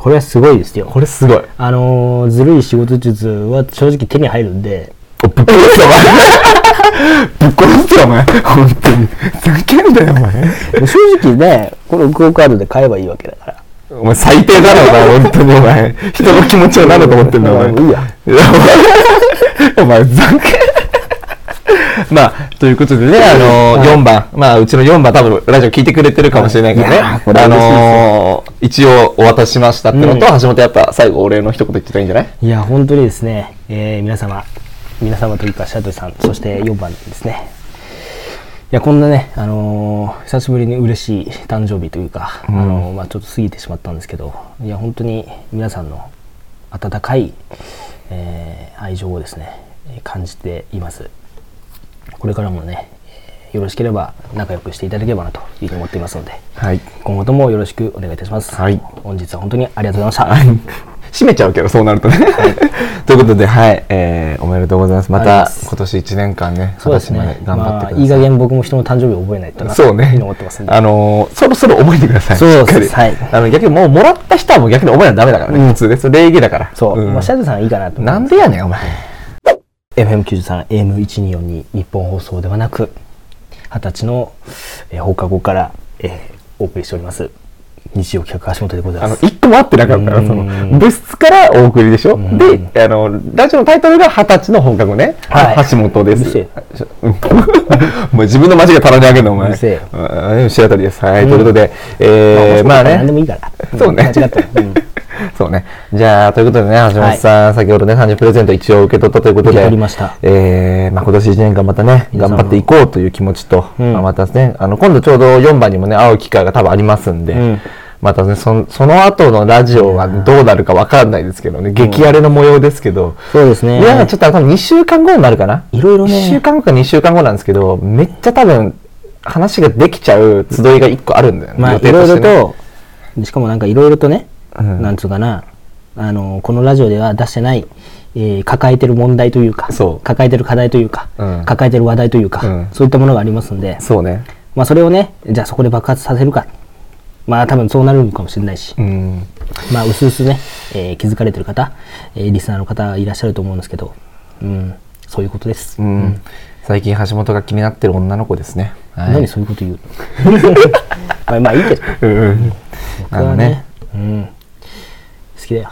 これはすごいですよ。
これすごい。
あのー、ずるい仕事術は正直手に入るんで。
お、ぶっ殺すよ、お前。ぶっ殺すよ、お前。本当に。ふざけんだよ、お前。
正直ね、このクオカードで買えばいいわけだから。
お前最低だろ、お前。本当にお前。人の気持ちを何だと思ってんだ、お前。
いいや。
お前、ふざけん。まあ、ということでね、あのー、よんばん、まあ、うちのよんばん多分ラジオ聞いてくれてるかもしれないけどね、あのー、一応お渡ししましたってのと、うん、橋本やっぱ最後お礼の一言言ってたらいいんじゃない？
いや、本当にですね、えー、皆様、皆様というか、シャトルさん、そしてよんばんですね。いや、こんなね、あのー、久しぶりに嬉しい誕生日というか、うん、あのー、まあ、ちょっと過ぎてしまったんですけど、いや、本当に皆さんの温かい、えー、愛情をですね、感じています。これからもね、よろしければ仲良くしていただければなというふうに思っていますので、はい、今後ともよろしくお願いいたします。はい、本日は本当にありがとうございました。
閉めちゃうけど、そうなるとね。はい、ということで、はい、えー、おめでとうございます。また今年いちねんかんね、
そうですね、
頑張ってください。
まあ、いい加減僕も人の誕生日を覚えないとなというふうに思ってますんで、
あのー、そろそろ覚えてください。
そうです、はい、
あの逆にもうもらった人はもう逆に覚えないとダメだからね、うん、普通です。礼儀だから。
そう、うん、まあ、シャドウさんはいいかなと思います。
なんでやねん、お前。
エフエムきゅうじゅうさん、エーエムせんにひゃくよんじゅうに 日本放送ではなく、はたちの、えー、放課後から、えー、お送りしております日曜企画橋本でございます。
あの一個も合ってなかったら、その部室からお送りでしょ。で、あのラジオのタイトルがはたちの放課後ね、はい、橋本です。もう自分の間違い棚にあげるのお前。しあたりです。はい、うん、ということで、えー、まあね。
何でもいいから。
そうね。
間違った。うん
そうね。じゃあ、ということでね、橋本さん、はい、先ほどね、誕生日プレゼント一応受け取ったということで、
りました
えー、まあ今年いちねんかんまたね、頑張っていこうという気持ちと、うん、まあ、またね、あの、今度ちょうどよんばんにもね、会う機会が多分ありますんで、うん、またね、そ、その後のラジオはどうなるかわかんないですけどね、うん、激荒れの模様ですけど、
そうですね。
いや、ちょっと多分にしゅうかんごになるかな。
いろいろね。
いっしゅうかんごかにしゅうかんごなんですけど、めっちゃ多分、話ができちゃう集いがいっこあるんだよね。
まあ、いろいろと、しかもなんかいろいろとね、うん、なんつうかな、あのこのラジオでは出してない、えー、抱えてる問題というか、抱えてる課題というか、うん、抱えてる話題というか、うん、そういったものがありますんで、
そうね。
まあそれをね、じゃあそこで爆発させるか、まあ多分そうなるのかもしれないし、うん、まあうすうすね、えー、気づかれてる方、えー、リスナーの方いらっしゃると思うんですけど、うん、そういうことです。うんうん、
最近橋本が気になってる女の子ですね。
はい、何そういうこと言うまあまあいいけど、うんうん、僕はね、うん、好きだよ。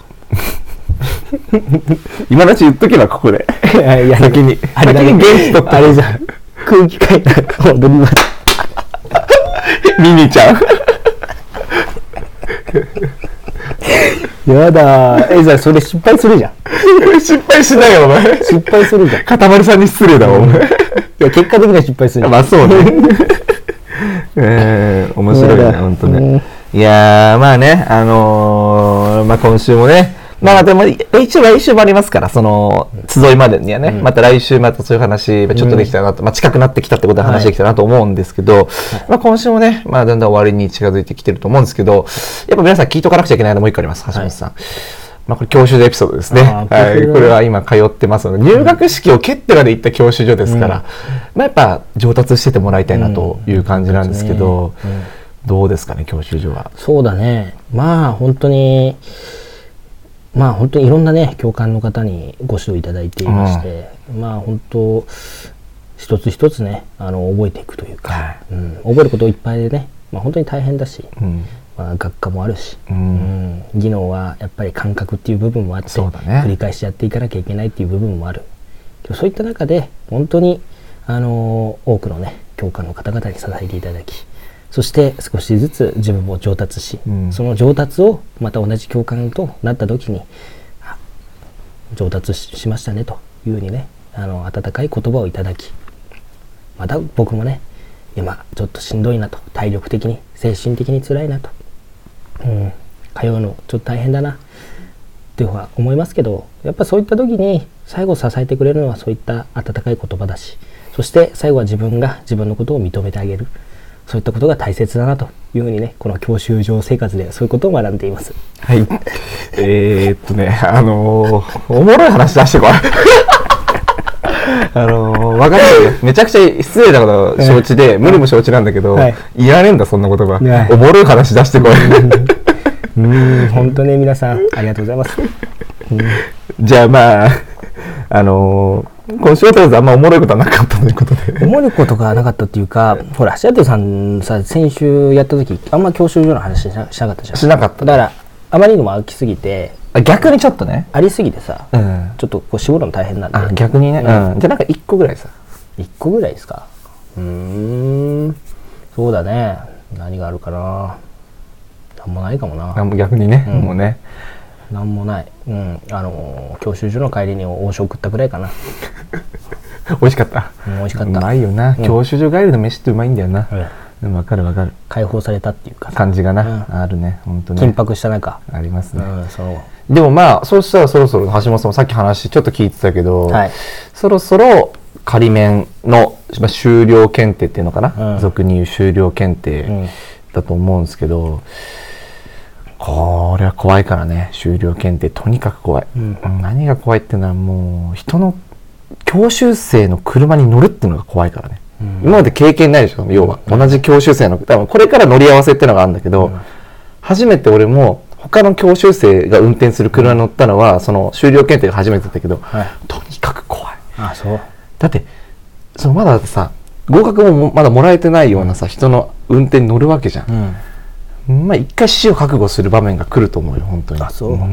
今のうち言っとけばここでいやいや先に
あれだけ元気とったあれじゃん空気階段踊ります
ミニちゃん
やだーえじゃあそれ失敗するじゃん
失敗しないよお前
失敗するじゃん
かたまりさんに失礼だわお前い
や結果的には失敗するじゃん
まあそうねえー、面白いね本当ねいやーまあねあのー、まあ今週もねまあでも来週来週もありますからその集いまでにはね、うん、また来週またそういう話ちょっとできたらなと、うん、まあ近くなってきたってことで話できたらなと思うんですけど、はい、まあ今週もねまあだんだん終わりに近づいてきてると思うんですけどやっぱ皆さん聞いとかなくちゃいけないのもう一個あります橋本さん、はい、まあこれ教習所エピソードですね、はい、これは今通ってますので入学式を蹴ってまで行った教習所ですから、うん、まあやっぱ上達しててもらいたいなという感じなんですけど、うんうん、どうですかね教習所は。
そうだねまあ本当にまあ本当にいろんなね教官の方にご指導いただいていまして、うん、まあ本当一つ一つねあの覚えていくというか、はいうん、覚えることいっぱいでね、まあ、本当に大変だし、うんまあ、学科もあるし、うんうん、技能はやっぱり感覚っていう部分もあって、そうだね、繰り返しやっていかなきゃいけないっていう部分もある。そういった中で本当にあの多くのね教官の方々に支えていただきそして少しずつ自分も上達し、うん、その上達をまた同じ教官となった時に上達 し, しましたねというふうにねあの温かい言葉をいただきまた僕もね今ちょっとしんどいなと体力的に精神的に辛いなと、うん、通うのちょっと大変だなっていうのは思いますけどやっぱそういった時に最後支えてくれるのはそういった温かい言葉だしそして最後は自分が自分のことを認めてあげるそういったことが大切だなというふうにねこの教習所生活でそういうことを学んでいます。
はい。えー、っとねあのー、おもろい話出してこい。あのー、分かってるよめちゃくちゃ失礼なこと承知で、はい、無理も承知なんだけど、はい、いらねえんだそんな言葉、はい、おもろい話出してこい。
うん本当ね皆さんありがとうございます、うん、
じゃあまああのー、今週はとりあえずあんまおもろいことはなかったということで
おもろいことがなかったっていうかほらシャトルさんさ先週やった時あんま教習所の話しな、しなかったじゃん。
しなかった、
だからあまりにも飽きすぎて
あ逆にちょっとね
ありすぎてさ、うん、ちょっとこう絞るの大変なんで
あ逆にね、うん、じゃあなんかいっこぐらいさ
いっこぐらいですか。うーんそうだね何があるかな。なんもないかもな。
なんも逆にね、うん、もうね
なんもない、うん、あの教習所の帰りに王将食ったくらいかな
美味しかった、
うん、美味しかった。
うまいよな、うん、教習所帰りの飯ってうまいんだよな、うん、分かる分かる。
解放されたっていうか
感じがな、うん、あるね本当ね。
緊迫した中
ありますね、
うん、そう
でもまあそうしたらそろそろ橋本さんもさっき話ちょっと聞いてたけど、はい、そろそろ仮免の修了検定っていうのかな、うん、俗に言う修了検定だと思うんですけど、うん、これは怖いからね。修了検定とにかく怖い、うん、何が怖いっていうのはもう人の教習生の車に乗るっていうのが怖いからね、うん、今まで経験ないでしょ。要は同じ教習生の多分これから乗り合わせっていうのがあるんだけど、うん、初めて俺も他の教習生が運転する車に乗ったのはその修了検定が初めてだったけど、はい、とにかく怖い。
あそう
だってそのまださ合格もまだもらえてないようなさ、うん、人の運転に乗るわけじゃん、うん、まあ一回死を覚悟する場面が来ると思うよ本当に。
あそう、うん、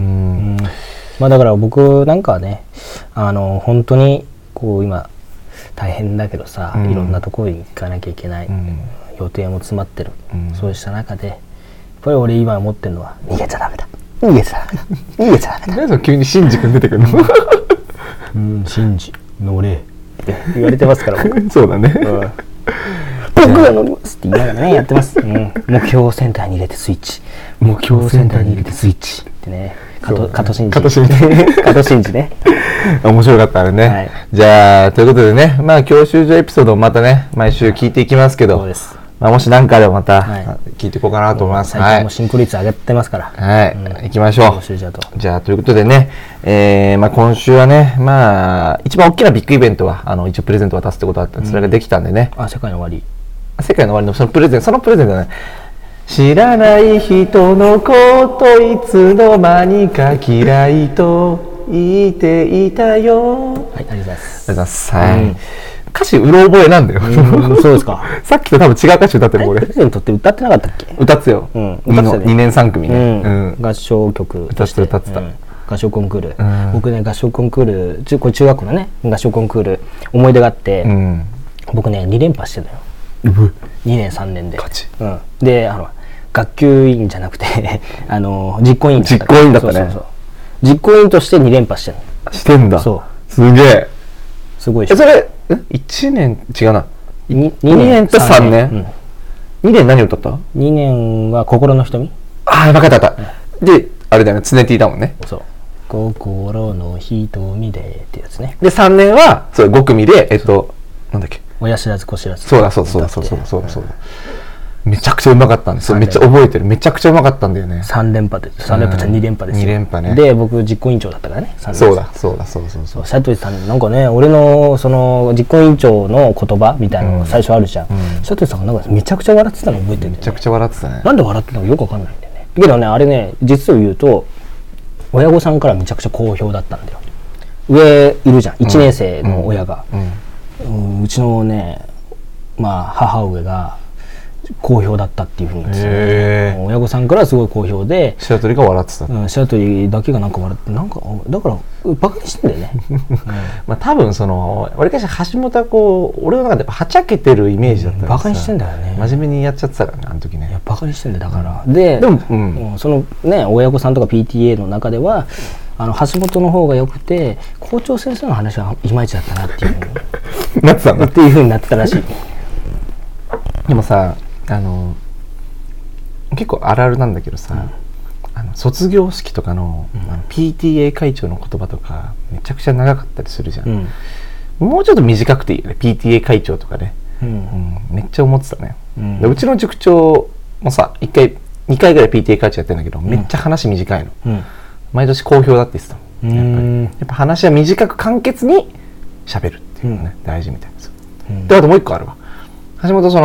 まあだから僕なんかはねあの本当にこう今大変だけどさ、うん、いろんなところに行かなきゃいけない、うん、予定も詰まってる、うん、そうした中でやっぱり俺今思ってるのは逃げちゃダメだ逃げちゃダメだ逃げちゃダメだ。
何その急にシンジ君出てくるの
うんシンジ乗れって言われてますから
そうだね、うん、
僕が乗りますって言いながらねやってます、うん、目標センターに入れてスイッチ目標センターに入れてスイッチってね加藤真二加藤真二ね
面白かったあれね、はい、じゃあということでねまあ教習所エピソードをまたね毎週聞いていきますけど、そうです、まあ、もし何かあればまた聞いていこうかなと思います。
最近も進行率上げてますから
はい、うん、行きましょう。じゃあということでね、えーまあ、今週はねまあ一番大きなビッグイベントはあの一応プレゼントを渡すってことだったんで、それができたんでね、
うん、あ世界の終わり
世界の終わりのそのプレゼントそのプレゼントだね。知らない人のこといつの間にか嫌いと言っていたよ。
はい、ありがとうございます。
ありがとうございます。はい、うん、歌詞うろ覚えなんだよ。
そうですか。
さっきと多分違う歌詞歌ってる俺。
プレゼントって歌ってなかったっけ？
歌ってたよ。うん、歌ってたね。にねんさん組ね、
うんうん。合唱曲
歌って歌ってた。うん、
合唱コンクール、うん。僕ね合唱コンクール、中これ中学校のね合唱コンクール思い出があって、うん、僕ねに連覇してたよ。にねんさんねんで。うん、であの学級委員じゃなくてあの実行委員だった。
実行委員だったね。そうそうそう。
実行委員としてに連覇してるの。
してんだ。そう。すげえ。
すごいでしょ。
それいちねん違うな。にねんとさんねん。うん、にねん何を歌った？
にねんは心の瞳。
ああ分かった分かった。うん、であれだよね、常 T だもんね。
そう。心の瞳でってやつね。
でさんねんはそうご組でえっとなんだっけ。
親知らず子知らず。
そうだそうだそうだそうだそうだそうだ。めちゃくちゃうまかったんですよ。めっちゃ覚えてる。めちゃくちゃうまかったんだよね。
さん連覇でさん連覇じゃに連覇ですよ。
に連覇ね。
で僕実行委員長だったからね。
そうだそうだそうそうそう。
シャトリさんなんかね俺のその実行委員長の言葉みたいなの最初あるじゃん。うん、シャトリさんがなんかめちゃくちゃ笑ってたの覚えてるんだよね。
めちゃくちゃ笑ってたね。
なんで笑ってたのかよくわかんないんだよね。けどねあれね実を言うと親御さんからめちゃくちゃ好評だったんだよ。上いるじゃんいちねん生の親が、うんうんうん、うちのねまあ母上が好評だったっていうふうに言ってた、ね、親御さんからすごい好評で
白鳥が笑ってた、
うん、白鳥だけがなんか笑ってなんかだからバカにしてんだよね、うん、
まあ多分その俺からしたら橋本はこう俺の中ではちゃけてるイメージだったから、
うん、バカにしてんだよね。
真面目にやっちゃってたからねあの時ね。
いやバカにしてんだよだから、うん、ででも、うん、そのね親御さんとか ピーティーエー の中ではあの橋本の方が良くて校長先生の話はいまいちだったなっていう
なってたんだ
っていうふうになってたらしい。
でもさあの結構あるあるなんだけどさ、うん、あの卒業式とか の,、うん、あの ピーティーエー 会長の言葉とかめちゃくちゃ長かったりするじゃん、うん、もうちょっと短くていいよね ピーティーエー 会長とかね、うんうん、めっちゃ思ってたね、うん、でうちの塾長もさいっかいにかいぐらい ピーティーエー 会長やってるんだけど、うん、めっちゃ話短いの、うん、毎年好評だって言ってたの、やっぱりやっぱ話は短く簡潔に喋るっていうのね、うん、大事みたいな、うん、であともう一個あるわ。橋本その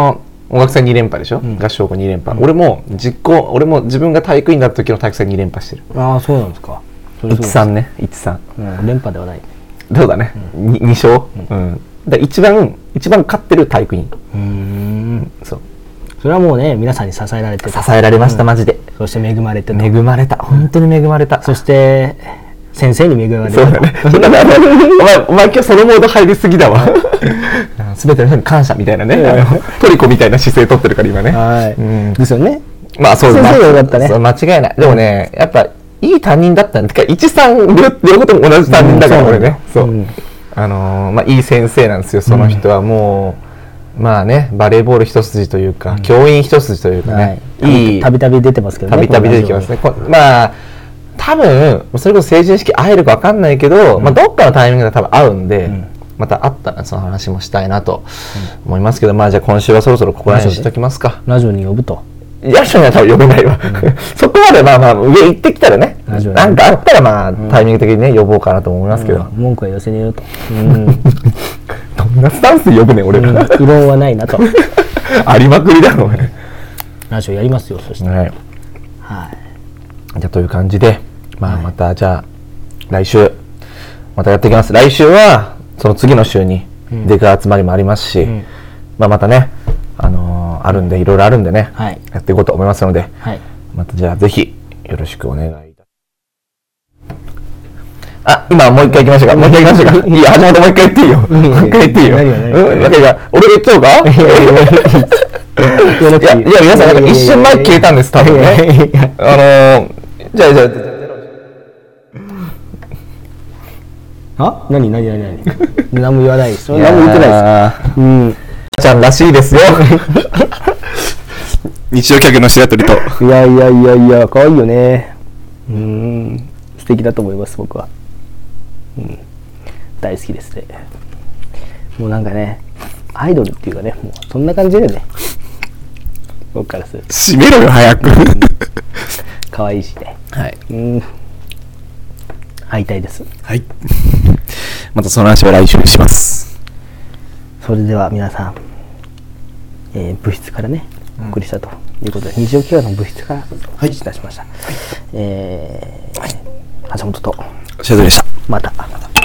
音楽祭に連覇でしょ、うん、合唱部に連覇、うん、俺も実行俺も自分が体育員だった時の体育祭に連覇してる。
ああそうなんですか。
いちさんねいちさん、
うん、連覇ではない。
そうだね、うん、に, に勝、うんうん、だ一番一番勝ってる体育員。
うーんそうそれはもうね皆さんに支えられて
支えられました、うん、マジで。
そして恵まれて
恵まれた本当に恵まれた。
そして先生に恵まれた。
そうだねお前お前今日そのモード入りすぎだわ全ての人に感謝みたいなね、あのトリコみたいな姿勢取ってるから今ね。
はい、うん、ですよね。
まあそうですね。
先生がよかったね。
そう間違いない。でもねやっぱいい担任だったんで、てかいち、さん両方とも同じ担任だから、俺ね、そう、うん、あのー、まあいい先生なんですよ、その人は。もう、うん、まあね、バレーボール一筋というか、うん、教員一筋というかね、
はい、いいたびたび出てますけどね。
たびたび出てきますね。まあ多分それこそ成人式会えるか分かんないけど、うん、まあどっかのタイミングで多分会うんで、うん、また会ったらその話もしたいなと思いますけど、うん、まあじゃあ今週はそろそろここら辺にしときますか。
ラジオに呼ぶと。
ヤショには多分呼べないわ、うん、そこまでまあまあ上行ってきたらね、なんかあったらまあ、うん、タイミング的にね呼ぼうかなと思いますけど、
うん、文句は寄せねえよと、うん、
どんなスタンスで呼ぶねん俺ら、うん、
異論はないなと
ありまくりだろうね。
ラジオやりますよ。そして、はい、
はい、じゃあという感じで、まあ、またじゃあ来週またやっていきます。来週はその次の週にデカ集まりもありますし、うん、まあまたねあのー、あるんでいろいろあるんでね、はい、やっていこうと思いますので、はい、またじゃあぜひよろしくお願いいたします。あ、今もう一回行きましょうか。もう一回行きましょうか。いや、始まってもう一回言っていいよ。もう一回言っていいよ。うん、だから俺が言っちゃおうか。いや、いや皆さんなんか一瞬前消えたんです多分ね。あのー、じゃあじゃあ。
あ？何何何何？何も言わないです。何も言ってないです。うん。
ちゃんらしいですよ日曜客の白鳥と。
いやいやいやいや可愛いよね。うーん素敵だと思います僕は、うん、大好きですね。もうなんかねアイドルっていうかねもうそんな感じだよね僕からすると。
閉めろよ早く
可愛いしね。
はい、
うん会いたいです。
はいまたその話は来週にします。
それでは皆さん、えー、部室からねお送りしたということで、うん、日常企画の部室からお送りいたしました。はい、えー、橋本と
シャズでした。
また。また